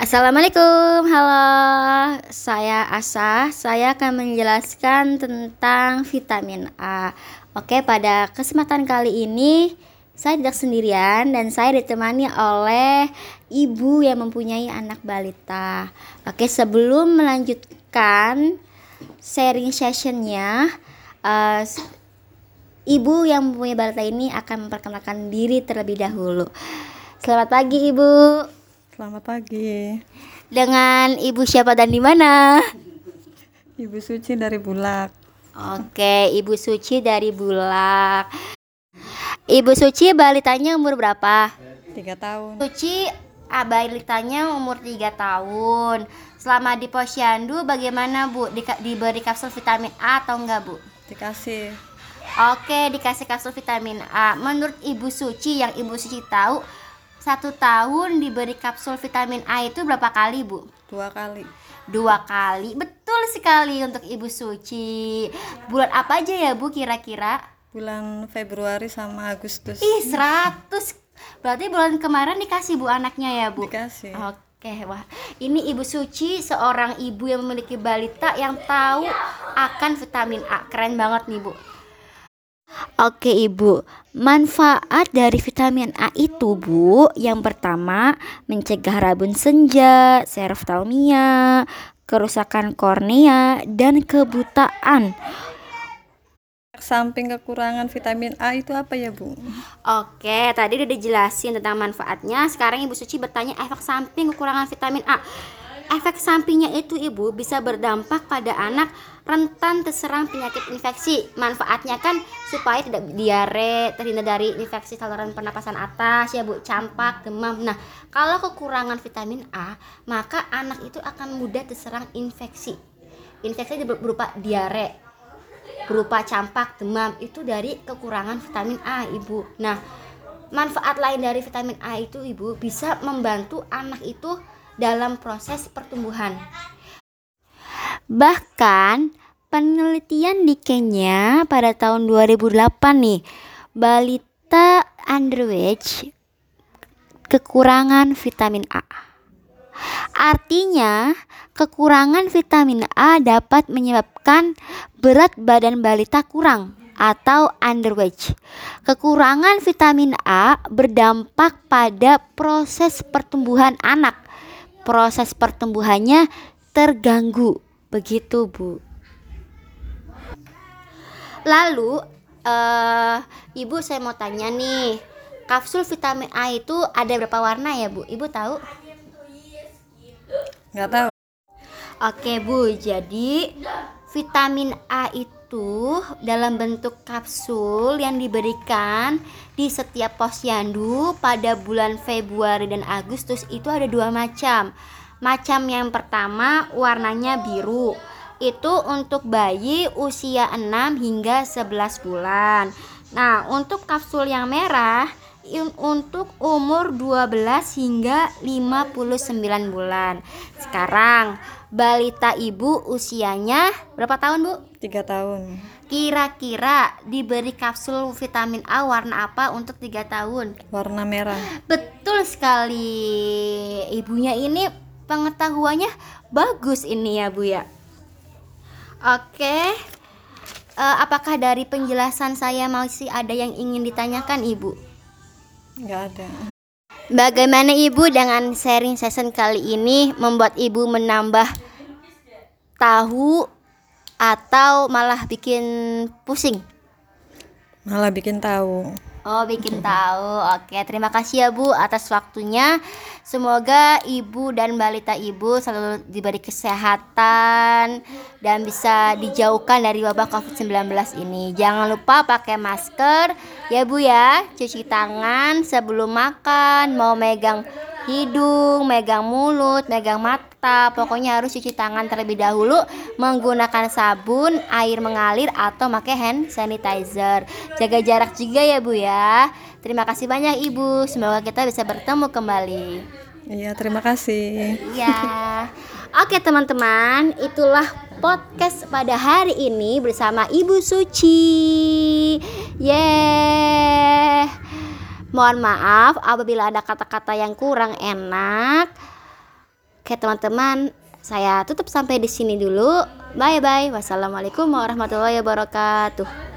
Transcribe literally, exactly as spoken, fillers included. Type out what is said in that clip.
Assalamualaikum, halo, saya Asa. Saya akan menjelaskan tentang vitamin A. Oke, pada kesempatan kali ini saya tidak sendirian dan saya ditemani oleh ibu yang mempunyai anak balita. Oke, sebelum melanjutkan sharing sessionnya, uh, ibu yang mempunyai balita ini akan memperkenalkan diri terlebih dahulu. Selamat pagi, Ibu. Selamat pagi. Dengan Ibu siapa dan di mana? Ibu Suci dari Bulak. Oke, Ibu Suci dari Bulak. Ibu Suci balitanya umur berapa? Tiga tahun. Suci ah, balitanya umur tiga tahun. Selama di posyandu bagaimana, Bu? Di, diberi kapsul vitamin A atau enggak, Bu? Dikasih. Oke, dikasih kapsul vitamin A. Menurut Ibu Suci, yang Ibu Suci tahu, satu tahun diberi kapsul vitamin A itu berapa kali, Bu? Dua kali. Dua kali, betul sekali untuk Ibu Suci. Bulan apa aja ya, Bu, kira-kira? Bulan Februari sama Agustus. Ih, seratus. Berarti bulan kemarin dikasih, Bu, anaknya ya, Bu? Dikasih. Oke, wah. Ini Ibu Suci, seorang ibu yang memiliki balita yang tahu akan vitamin A. Keren banget nih, Bu. Oke, Ibu, manfaat dari vitamin A itu, Bu, yang pertama mencegah rabun senja, seroftalmia, kerusakan kornea, dan kebutaan. Samping kekurangan vitamin A itu apa ya, Bu? Oke, tadi udah dijelasin tentang manfaatnya. Sekarang Ibu Suci bertanya efek samping kekurangan vitamin A. Efek sampingnya itu, Ibu, bisa berdampak pada anak rentan terserang penyakit infeksi. Manfaatnya kan supaya tidak diare, terhindar dari infeksi saluran pernapasan atas ya, Bu, campak, demam. Nah, kalau kekurangan vitamin A, maka anak itu akan mudah terserang infeksi. Infeksi berupa diare, berupa campak, demam, itu dari kekurangan vitamin A, Ibu. Nah, manfaat lain dari vitamin A itu, Ibu, bisa membantu anak itu dalam proses pertumbuhan. Bahkan penelitian di Kenya pada tahun dua ribu delapan nih, balita underweight kekurangan vitamin A. Artinya, kekurangan vitamin A dapat menyebabkan berat badan balita kurang atau underweight. Kekurangan vitamin A berdampak pada proses pertumbuhan anak. Proses pertumbuhannya terganggu, begitu, Bu. Lalu uh, Ibu, saya mau tanya nih, kapsul vitamin A itu ada berapa warna ya, Bu? Ibu tahu? Nggak tahu. Oke, Bu, jadi vitamin A itu dalam bentuk kapsul yang diberikan di setiap posyandu pada bulan Februari dan Agustus itu ada dua macam. Macam yang pertama warnanya biru. Itu untuk bayi usia enam hingga sebelas bulan. Nah, untuk kapsul yang merah untuk umur dua belas hingga lima puluh sembilan bulan. Sekarang balita Ibu usianya berapa tahun, Bu? Tiga tahun. Kira-kira diberi kapsul vitamin A warna apa untuk tiga tahun? Warna merah. Betul sekali. Ibunya ini pengetahuannya bagus ini ya, Bu ya. Oke. Uh, apakah dari penjelasan saya masih ada yang ingin ditanyakan, Ibu? Nggak ada. Bagaimana, Ibu, dengan sharing session kali ini membuat Ibu menambah tahu atau malah bikin pusing? Malah bikin tahu. Oh, bikin tahu. Oke, terima kasih ya, Bu, atas waktunya. Semoga Ibu dan balita Ibu selalu diberi kesehatan dan bisa dijauhkan dari wabah covid sembilan belas ini. Jangan lupa pakai masker ya, Bu ya. Cuci tangan sebelum makan, mau megang hidung, megang mulut, megang mata. Pokoknya harus cuci tangan terlebih dahulu menggunakan sabun, air mengalir atau pakai hand sanitizer. Jaga jarak juga ya, Bu ya. Terima kasih banyak, Ibu. Semoga kita bisa bertemu kembali. Iya, terima kasih. Iya. Oke, teman-teman, itulah podcast pada hari ini bersama Ibu Suci. Yeah. Mohon maaf apabila ada kata-kata yang kurang enak. Oke teman-teman, saya tutup sampai di sini dulu. Bye bye. Wassalamualaikum warahmatullahi wabarakatuh.